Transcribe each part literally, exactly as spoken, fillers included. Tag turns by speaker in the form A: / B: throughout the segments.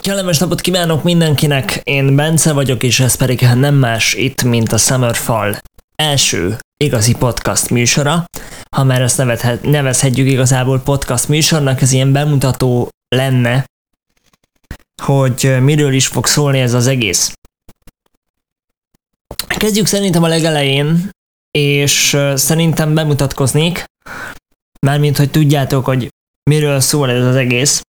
A: Kellemes napot kívánok mindenkinek, én Bence vagyok, és ez pedig nem más itt, mint a Summerfall első igazi podcast műsora. Ha már ezt nevethet, nevezhetjük igazából podcast műsornak, ez ilyen bemutató lenne, hogy miről is fog szólni ez az egész. Kezdjük szerintem a legelején, és szerintem bemutatkoznék, mármint, hogy tudjátok, hogy miről szól ez az egész.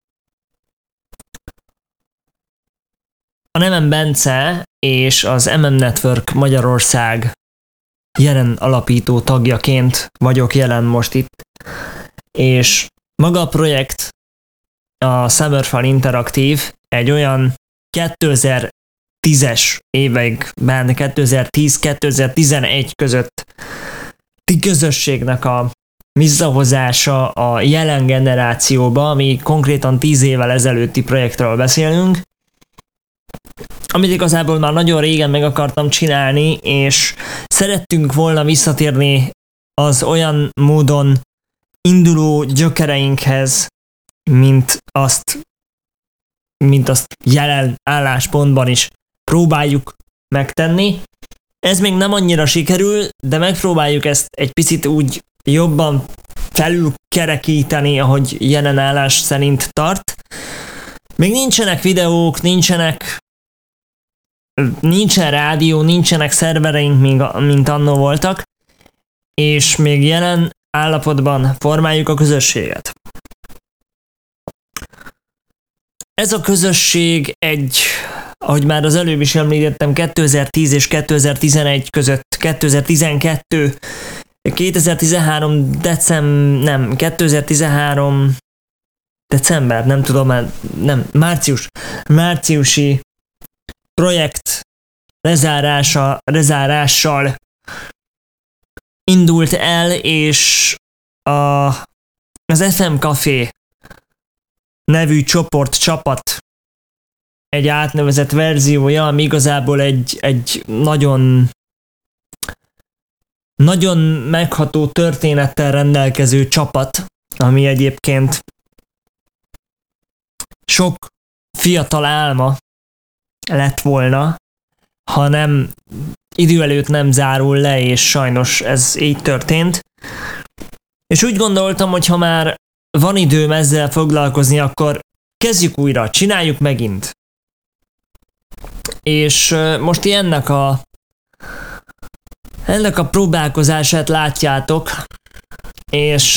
A: A nevem Bence, és az em em Network Magyarország jelen alapító tagjaként vagyok jelen most itt, és maga a projekt, a Summerfall Interactive egy olyan kétezer-tízes években, kétezer-tíz-kétezer-tizenegy közötti közösségnek a visszahozása a jelen generációba, ami konkrétan tíz évvel ezelőtti projektről beszélünk, amit igazából már nagyon régen meg akartam csinálni, és szerettünk volna visszatérni az olyan módon induló gyökereinkhez, mint azt, mint azt jelen álláspontban is próbáljuk megtenni. Ez még nem annyira sikerül, de megpróbáljuk ezt egy picit úgy jobban felülkerekíteni, ahogy jelen állás szerint tart. Még nincsenek videók, nincsenek nincsen rádió, nincsenek szervereink, mint annó voltak, és még jelen állapotban formáljuk a közösséget. Ez a közösség egy, ahogy már az előbb is említettem, kétezer-tíz és kétezer-tizenegy között, kétezer-tizenkettő, kétezer-tizenhárom december, nem, kétezer-tizenhárom december, nem tudom már, nem, március, márciusi projekt lezárása, lezárással indult el, és a, az ef em Café nevű csoport, csapat egy átnevezett verziója, ami igazából egy, egy nagyon nagyon megható történettel rendelkező csapat, ami egyébként sok fiatal álma lett volna, ha nem idő előtt nem zárul le, és sajnos ez így történt. És úgy gondoltam, hogy ha már van időm ezzel foglalkozni, akkor kezdjük újra, csináljuk megint. És most ennek a ennek a próbálkozását látjátok, és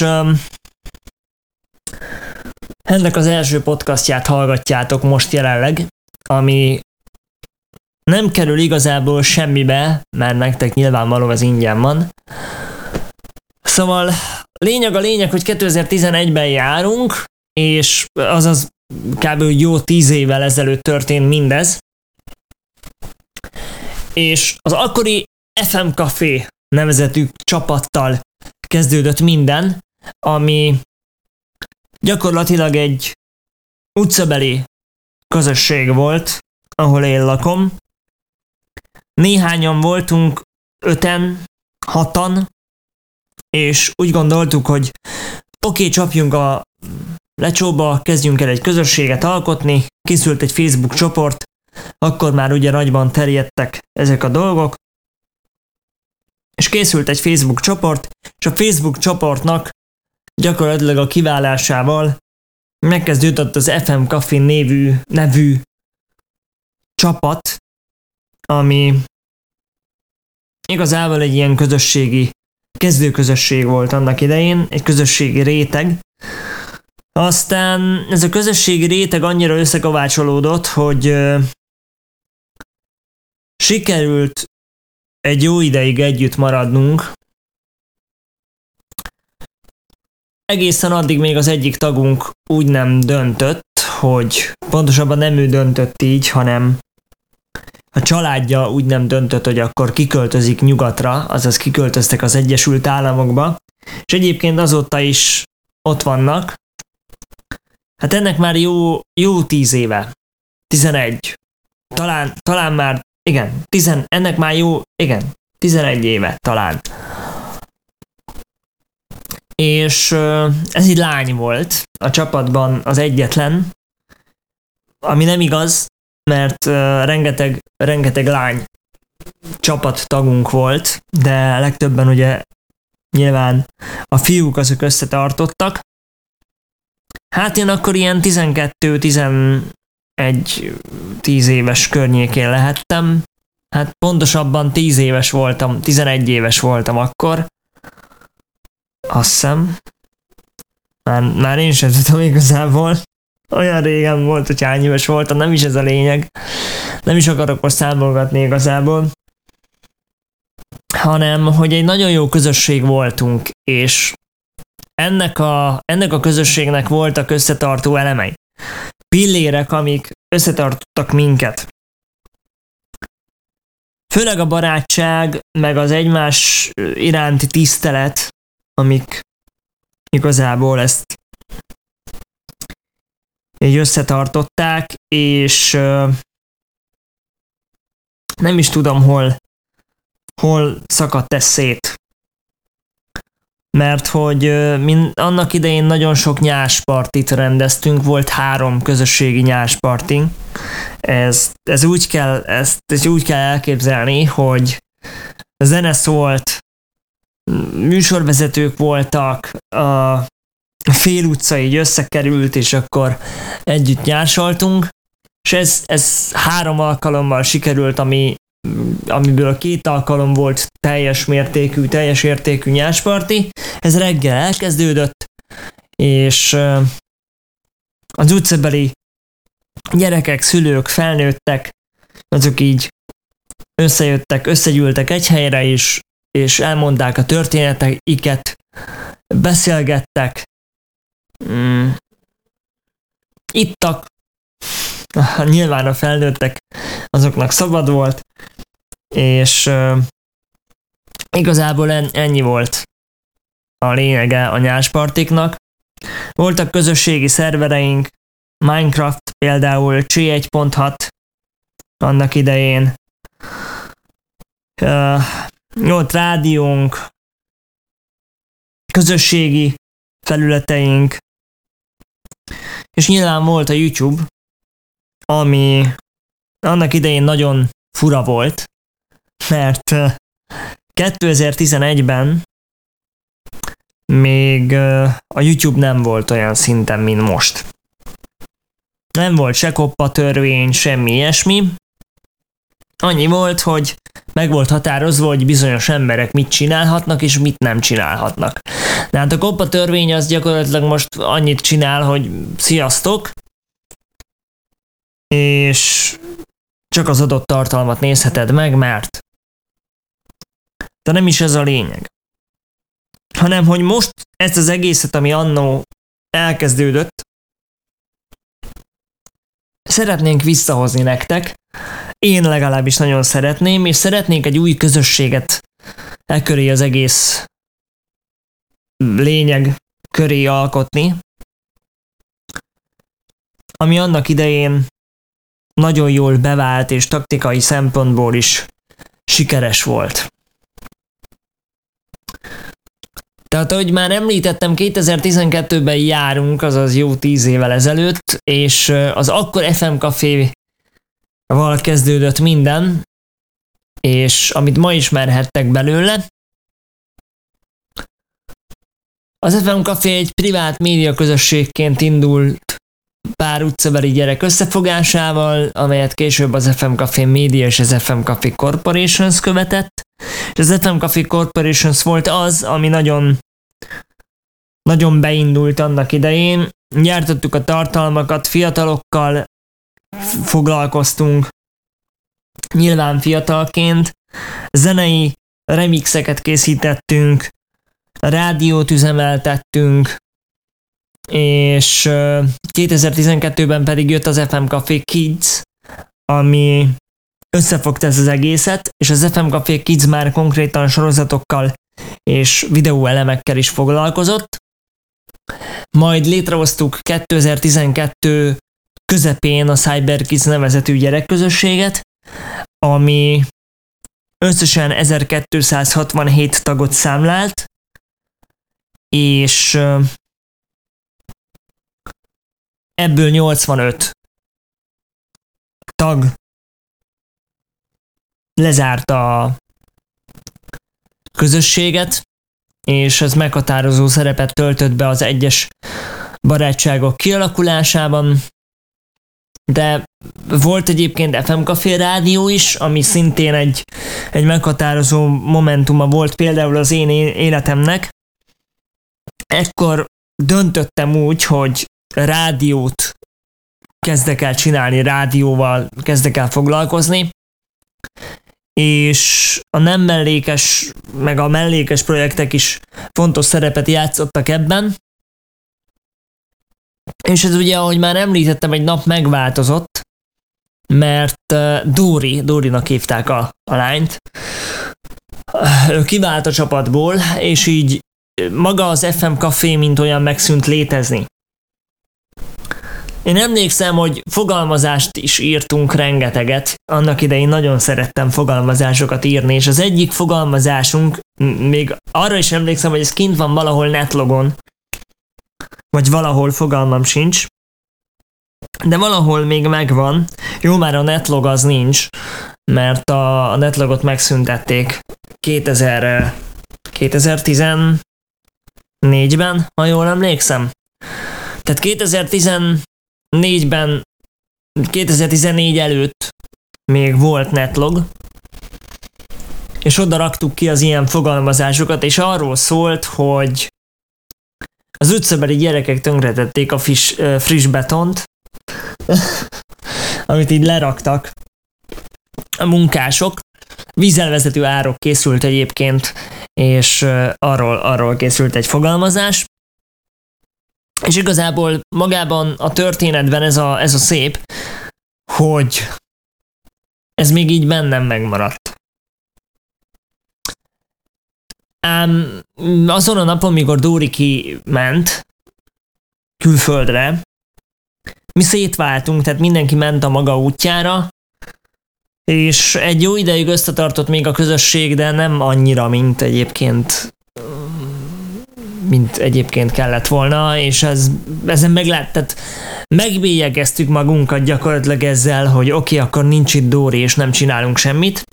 A: ennek az első podcastját hallgatjátok most jelenleg, ami nem kerül igazából semmibe, mert nektek nyilvánvaló ez ingyen van. Szóval lényeg a lényeg, hogy kétezer-tizenegyben járunk, és azaz kb. Jó tíz évvel ezelőtt történt mindez. És az akkori ef em Café nevezetű csapattal kezdődött minden, ami gyakorlatilag egy utcabeli közösség volt, ahol én lakom. Néhányan voltunk, öten, hatan, és úgy gondoltuk, hogy oké, okay, csapjunk a lecsóba, kezdjünk el egy közösséget alkotni, készült egy Facebook csoport, akkor már ugye nagyban terjedtek ezek a dolgok, és készült egy Facebook csoport, és a Facebook csoportnak gyakorlatilag a kiválásával megkezdődött az ef em Café nevű, nevű csapat, ami igazából egy ilyen közösségi, kezdőközösség volt annak idején, egy közösségi réteg. Aztán ez a közösségi réteg annyira összekovácsolódott, hogy uh, sikerült egy jó ideig együtt maradnunk. Egészen addig még az egyik tagunk úgy nem döntött, hogy pontosabban nem ő döntött így, hanem a családja úgy nem döntött, hogy akkor kiköltözik nyugatra, azaz kiköltöztek az Egyesült Államokba, és egyébként azóta is ott vannak. Hát ennek már jó, jó tíz éve, tizenegy, talán, talán már, igen, tizen, ennek már jó, igen, tizenegy éve talán. És ez egy lány volt a csapatban, az egyetlen, ami nem igaz, mert uh, rengeteg, rengeteg lány csapattagunk volt, de legtöbben ugye nyilván a fiúk azok összetartottak. Hát én akkor ilyen tizenkettő tizenegy tíz éves környékén lehettem. Hát pontosabban tíz éves voltam, tizenegy éves voltam akkor. Azt hiszem. Már, már én sem tudom igazából. Olyan régen volt, hogy hány éves voltam, nem is ez a lényeg. Nem is akarok most számolgatni igazából. Hanem, hogy egy nagyon jó közösség voltunk, és ennek a, ennek a közösségnek voltak összetartó elemei. Pillérek, amik összetartottak minket. Főleg a barátság, meg az egymás iránti tisztelet, amik igazából ezt így összetartották, és uh, nem is tudom, hol, hol szakadt ez szét. Mert hogy uh, min, annak idején nagyon sok nyáspartit rendeztünk, volt három közösségi nyásparti. Ez, ez úgy kell, ezt, ezt úgy kell elképzelni, hogy zene szólt, műsorvezetők voltak, a fél utca így összekerült, és akkor együtt nyársaltunk, és ez, ez három alkalommal sikerült, ami, amiből két alkalom volt teljes mértékű, teljes értékű nyársparti. Ez reggel elkezdődött, és az utcabeli gyerekek, szülők, felnőttek, azok így összejöttek, összegyűltek egy helyre is, és elmondták a történeteiket, beszélgettek, mm, ittak, nyilván a felnőttek, azoknak szabad volt, és uh, igazából en, ennyi volt a lényege a nyáspartiknak. Voltak közösségi szervereink, Minecraft például, cé egy pont hat annak idején, uh, volt rádiónk, közösségi felületeink, és nyilván volt a YouTube, ami annak idején nagyon fura volt, mert kétezer-tizenegyben még a YouTube nem volt olyan szinten, mint most. Nem volt se koppa törvény, semmi ilyesmi. Annyi volt, hogy meg volt határozva, hogy bizonyos emberek mit csinálhatnak, és mit nem csinálhatnak. De hát a koppa törvény az gyakorlatilag most annyit csinál, hogy sziasztok, és csak az adott tartalmat nézheted meg, mert de nem is ez a lényeg. Hanem, hogy most ezt az egészet, ami annó elkezdődött, szeretnénk visszahozni nektek. Én legalábbis nagyon szeretném, és szeretnénk egy új közösséget e köré, az egész lényeg köré alkotni, ami annak idején nagyon jól bevált, és taktikai szempontból is sikeres volt. Tehát, ahogy már említettem, kétezer-tizenkettőben járunk, azaz jó tíz évvel ezelőtt, és az akkor ef em Caféval kezdődött minden, és amit ma ismerhettek belőle. Az ef em Café egy privát média közösségként indult pár utcabeli gyerek összefogásával, amelyet később az ef em Café Media és az ef em Café Corporations követett. És az ef em Café Corporations volt az, ami nagyon, nagyon beindult annak idején. Gyártottuk a tartalmakat, fiatalokkal foglalkoztunk, nyilván fiatalként, zenei remixeket készítettünk, rádiót üzemeltettünk, és kétezer-tizenkettőben pedig jött az ef em Café Kids, ami összefogta ez az egészet, és az ef em Café Kids már konkrétan sorozatokkal és videóelemekkel is foglalkozott. Majd létrehoztuk kétezer-tizenkettő közepén a CyberKids nevezetű gyerekközösséget, ami összesen ezerkétszázhatvanhét tagot számlált, és ebből nyolcvanöt tag lezárta a közösséget, és ez meghatározó szerepet töltött be az egyes barátságok kialakulásában, de volt egyébként ef em Café rádió is, ami szintén egy, egy meghatározó momentuma volt például az én életemnek. Ekkor döntöttem úgy, hogy rádiót kezdek el csinálni, rádióval kezdek el foglalkozni, és a nem mellékes, meg a mellékes projektek is fontos szerepet játszottak ebben. És ez ugye, ahogy már említettem, egy nap megváltozott, mert uh, Dóri, Dórinak hívták a, a lányt, ő kivált a csapatból, és így maga az ef em Café mint olyan megszűnt létezni. Én emlékszem, hogy fogalmazást is írtunk rengeteget, annak idején nagyon szerettem fogalmazásokat írni, és az egyik fogalmazásunk, még arra is emlékszem, hogy ez kint van valahol netlogon, vagy valahol, fogalmam sincs, de valahol még megvan. Jó, már a netlog az nincs, mert a, a netlogot megszüntették kétezer, kétezer-tizennégyben, ha jól emlékszem. Tehát kétezer-tizennégyben, kétezer-tizennégy előtt még volt netlog, és oda raktuk ki az ilyen fogalmazásokat, és arról szólt, hogy az utcabeli gyerekek tönkretették a friss, uh, friss betont, amit így leraktak a munkások. Vízelvezető árok készült egyébként, és uh, arról, arról készült egy fogalmazás. És igazából magában a történetben ez a, ez a szép, hogy ez még így bennem megmaradt. Ám azon a napon, mikor Dóri kiment külföldre, mi szétváltunk, tehát mindenki ment a maga útjára, és egy jó ideig összetartott még a közösség, de nem annyira, mint egyébként mint egyébként kellett volna, és ez, ezen meg lehet, tehát megbélyegeztük magunkat gyakorlatilag ezzel, hogy oké, okay, akkor nincs itt Dóri, és nem csinálunk semmit.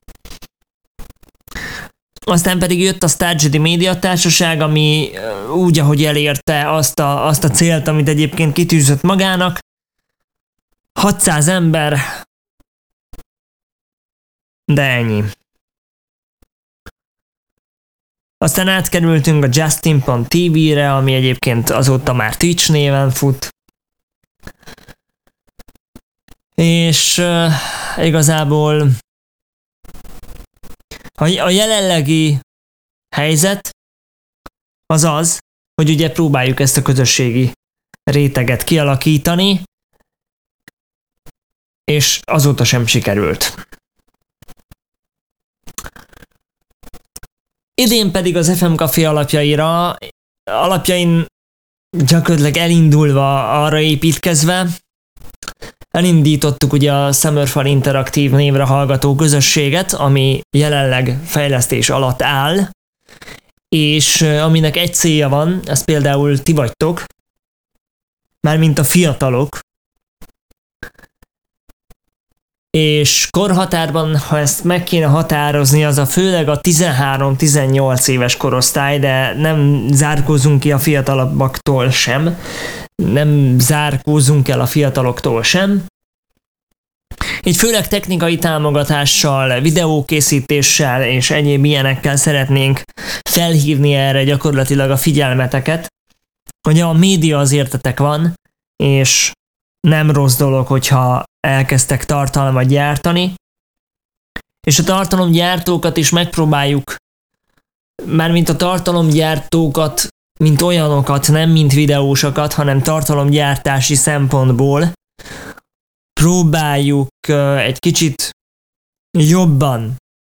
A: Aztán pedig jött a Stargedi Média Társaság, ami úgy, ahogy elérte azt a, azt a célt, amit egyébként kitűzött magának. hatszáz ember, de ennyi. Aztán átkerültünk a Justin pont té vé-re, ami egyébként azóta már Twitch néven fut. És uh, igazából a, a jelenlegi helyzet az az, hogy ugye próbáljuk ezt a közösségi réteget kialakítani, és azóta sem sikerült. Idén pedig az ef em Café alapjaira, alapjain gyakorlatilag elindulva, arra építkezve, elindítottuk ugye a Summerfall Interaktív névre hallgató közösséget, ami jelenleg fejlesztés alatt áll, és aminek egy célja van, ez például ti vagytok, mármint a fiatalok, és korhatárban, ha ezt meg kéne határozni, az a főleg a tizenhárom-tizennyolc éves korosztály, de nem zárkózunk ki a fiatalabbaktól sem, nem zárkózunk el a fiataloktól sem. Így főleg technikai támogatással, videókészítéssel és egyéb ilyenekkel szeretnénk felhívni erre gyakorlatilag a figyelmeteket, hogy a média az értetek van, és nem rossz dolog, hogyha elkezdtek tartalmat gyártani, és a tartalomgyártókat is megpróbáljuk, mármint a tartalomgyártókat, mint olyanokat, nem mint videósokat, hanem tartalomgyártási szempontból próbáljuk uh, egy kicsit jobban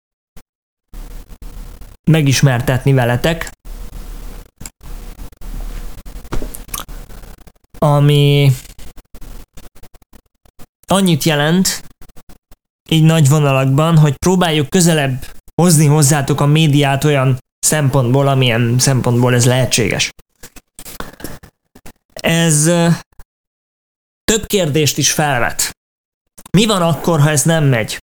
A: megismertetni veletek, ami annyit jelent, így nagy vonalakban, hogy próbáljuk közelebb hozni hozzátok a médiát olyan szempontból, amilyen szempontból ez lehetséges. Ez uh, több kérdést is felvet. Mi van akkor, ha ez nem megy?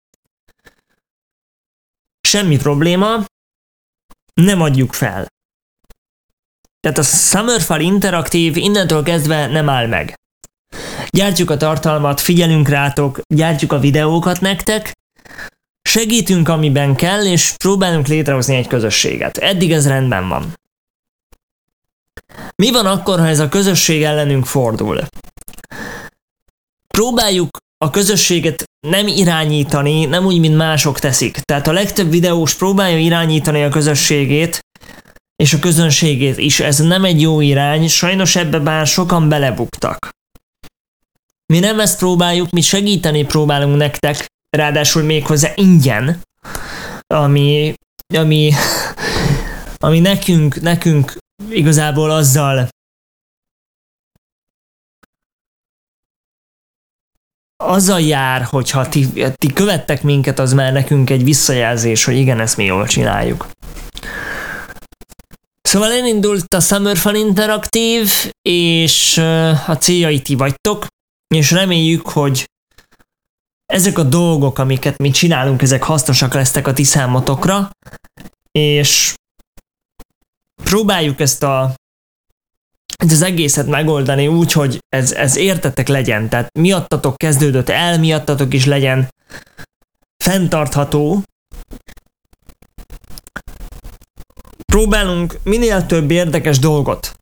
A: Semmi probléma, nem adjuk fel. Tehát a Summerfall Interaktív innentől kezdve nem áll meg. Gyártjuk a tartalmat, figyelünk rátok, gyártjuk a videókat nektek, segítünk amiben kell, és próbálunk létrehozni egy közösséget. Eddig ez rendben van. Mi van akkor, ha ez a közösség ellenünk fordul? Próbáljuk a közösséget nem irányítani, nem úgy, mint mások teszik. Tehát a legtöbb videós próbálja irányítani a közösségét, és a közönségét is. Ez nem egy jó irány, sajnos ebbe bár sokan belebuktak. Mi nem ezt próbáljuk, mi segíteni próbálunk nektek, ráadásul méghozzá ingyen, ami, ami, ami nekünk, nekünk igazából azzal azzal jár, hogyha ti, ti követtek minket, az már nekünk egy visszajelzés, hogy igen, ezt mi jól csináljuk. Szóval elindult a Summerfall Interaktív, és a céljai ti vagytok, és reméljük, hogy ezek a dolgok, amiket mi csinálunk, ezek hasznosak lesznek a ti számotokra, és próbáljuk ezt a ez az egészet megoldani úgy, hogy ez, ez értetek legyen, tehát miattatok kezdődött el, miattatok is legyen fenntartható. Próbálunk minél több érdekes dolgot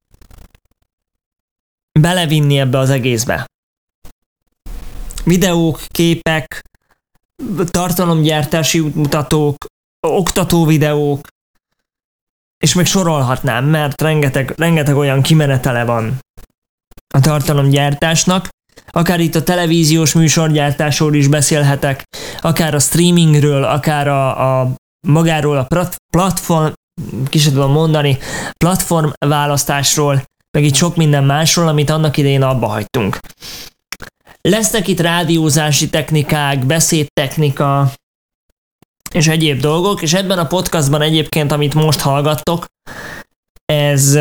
A: belevinni ebbe az egészbe. Videók, képek, tartalomgyártási útmutatók, oktató videók, és még sorolhatnám, mert rengeteg, rengeteg olyan kimenetele van a tartalomgyártásnak. Akár itt a televíziós műsorgyártásról is beszélhetek, akár a streamingről, akár a, a magáról a platform, ki sem tudom mondani, platform választásról, meg itt sok minden másról, amit annak idején abba hagytunk. Lesznek itt rádiózási technikák, beszédtechnika, és egyéb dolgok, és ebben a podcastban egyébként, amit most hallgattok, ez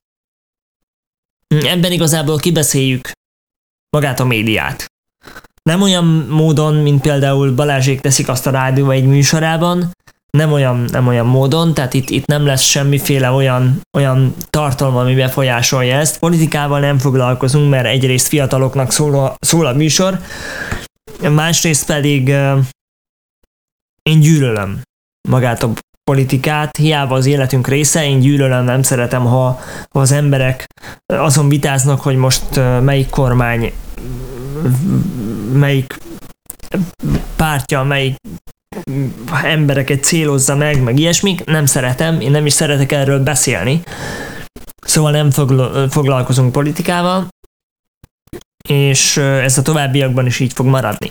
A: ebben igazából kibeszéljük magát a médiát. Nem olyan módon, mint például Balázsék teszik azt a rádió egy műsorában, nem olyan, nem olyan módon, tehát itt, itt nem lesz semmiféle olyan, olyan tartalma, ami befolyásolja ezt. Politikával nem foglalkozunk, mert egyrészt fiataloknak szól a, szól a műsor, másrészt pedig én gyűlölöm magát a politikát, hiába az életünk része, én gyűlölöm, nem szeretem, ha, ha az emberek azon vitáznak, hogy most melyik kormány, melyik pártja, melyik embereket célozza meg, meg ilyesmik, nem szeretem, én nem is szeretek erről beszélni, szóval nem foglalkozunk politikával, és ez a továbbiakban is így fog maradni.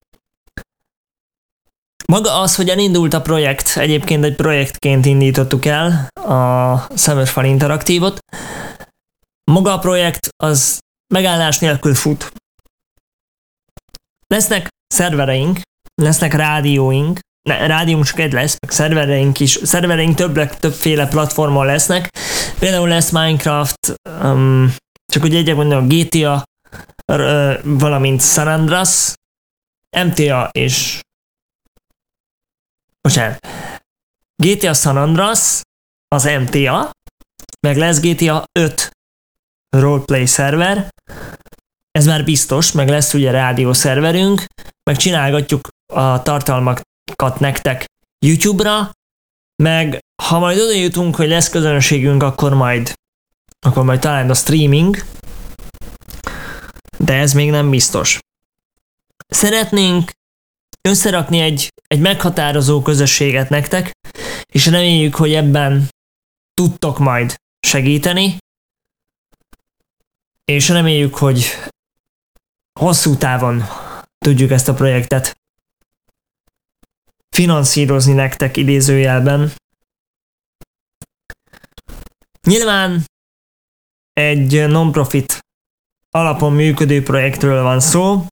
A: Maga az, hogy elindult a projekt, egyébként egy projektként indítottuk el a Summerfall Interaktívot. Maga a projekt az megállás nélkül fut. Lesznek szervereink, lesznek rádióink, ne, rádiónk csak egy lesz, meg szervereink is, szervereink több, többféle platformon lesznek. Például lesz Minecraft, um, csak hogy egyek mondom, a gé té á, uh, valamint San Andreas, em té á és Bocsánat. gé té á San Andreas, az em té á, meg lesz gé té á öt roleplay szerver, ez már biztos, meg lesz ugye rádió szerverünk, meg csinálgatjuk a tartalmakat nektek YouTube-ra, meg ha majd oda jutunk, hogy lesz közönségünk, akkor majd, akkor majd talán a streaming, de ez még nem biztos. Szeretnénk összerakni egy, egy meghatározó közösséget nektek, és reméljük, hogy ebben tudtok majd segíteni, és reméljük, hogy hosszú távon tudjuk ezt a projektet finanszírozni nektek idézőjelben. Nyilván egy non-profit alapon működő projektről van szó.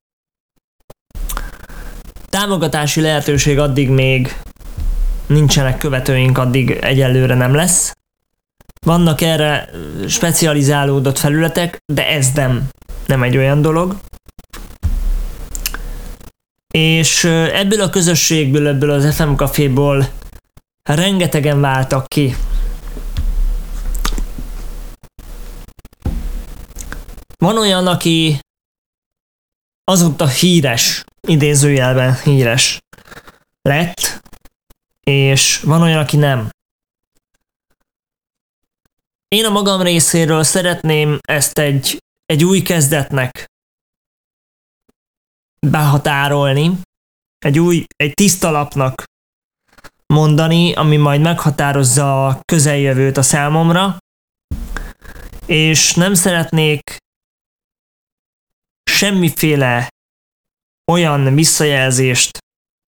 A: Támogatási lehetőség addig még nincsenek követőink, addig egyelőre nem lesz. Vannak erre specializálódott felületek, de ez nem, nem egy olyan dolog. És ebből a közösségből, ebből az ef em Caféból rengetegen váltak ki. Van olyan, aki azóta híres, idézőjelben híres lett, és van olyan, aki nem. Én a magam részéről szeretném ezt egy, egy új kezdetnek behatárolni, egy új, egy tiszta lapnak mondani, ami majd meghatározza a közeljövőt a számomra, és nem szeretnék semmiféle olyan visszajelzést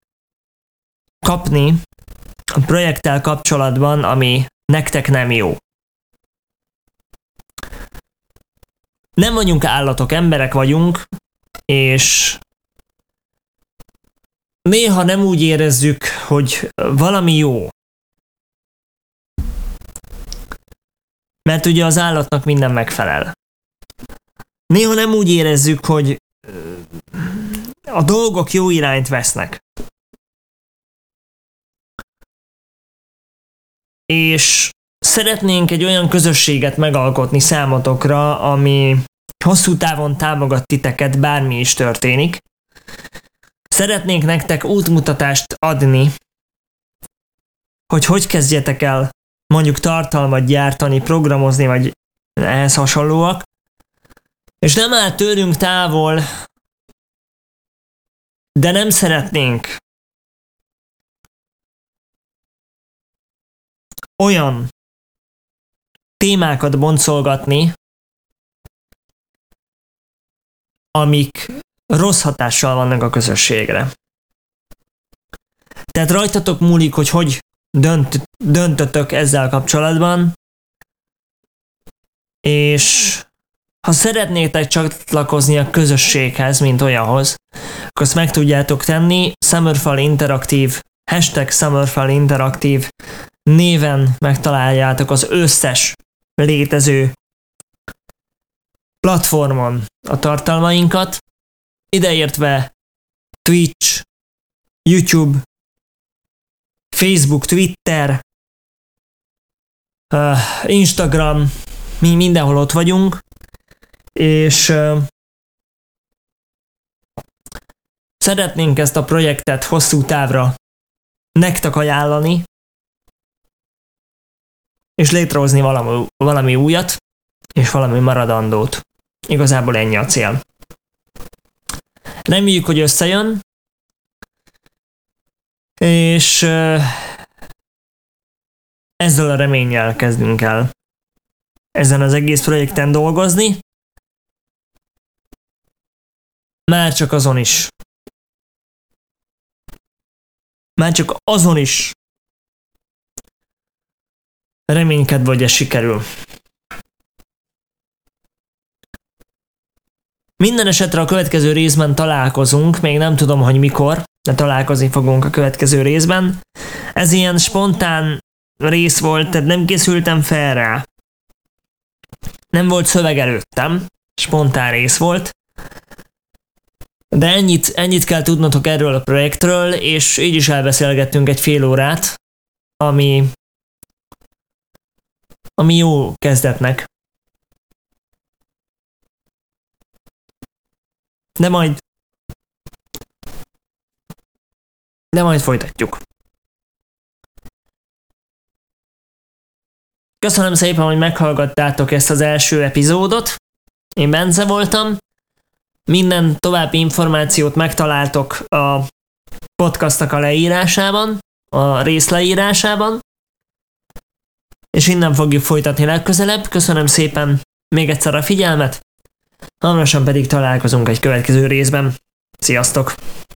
A: kapni a projekttel kapcsolatban, ami nektek nem jó. Nem vagyunk állatok, emberek vagyunk, és néha nem úgy érezzük, hogy valami jó. Mert ugye az állatnak minden megfelel. Néha nem úgy érezzük, hogy a dolgok jó irányt vesznek. És szeretnénk egy olyan közösséget megalkotni számotokra, ami hosszú távon támogat titeket, bármi is történik. Szeretnénk nektek útmutatást adni, hogy hogy kezdjetek el mondjuk tartalmat gyártani, programozni, vagy ehhez hasonlóak. És nem áll tőlünk távol, de nem szeretnénk olyan témákat boncolgatni, amik rossz hatással vannak a közösségre. Tehát rajtatok múlik, hogy hogy dönt, döntötök ezzel kapcsolatban, és ha szeretnétek csatlakozni a közösséghez, mint olyanhoz, akkor azt meg tudjátok tenni. Summerfall Interaktív, hashtag Summerfall Interaktív néven megtaláljátok az összes létező platformon a tartalmainkat, ideértve Twitch, YouTube, Facebook, Twitter, uh, Instagram, mi mindenhol ott vagyunk, és uh, szeretnénk ezt a projektet hosszú távra nektek ajánlani, és létrehozni valami, valami újat, és valami maradandót. Igazából ennyi a cél. Reméljük, hogy összejön, és uh, ezzel a reménnyel kezdünk el ezen az egész projekten dolgozni. Már csak azon is. Már csak azon is reménykedve, hogy ez sikerül. Minden esetre a következő részben találkozunk, még nem tudom, hogy mikor, de találkozni fogunk a következő részben. Ez ilyen spontán rész volt, tehát nem készültem fel rá. Nem volt szöveg előttem, spontán rész volt. De ennyit, ennyit kell tudnotok erről a projektről, és így is elbeszélgettünk egy fél órát, ami, ami jó kezdetnek. De majd de majd folytatjuk. Köszönöm szépen, hogy meghallgattátok ezt az első epizódot. Én Bence voltam. Minden további információt megtaláltok a podcastnak a leírásában, a rész leírásában. És innen fogjuk folytatni legközelebb. Köszönöm szépen még egyszer a figyelmet. Hamarosan pedig találkozunk egy következő részben. Sziasztok!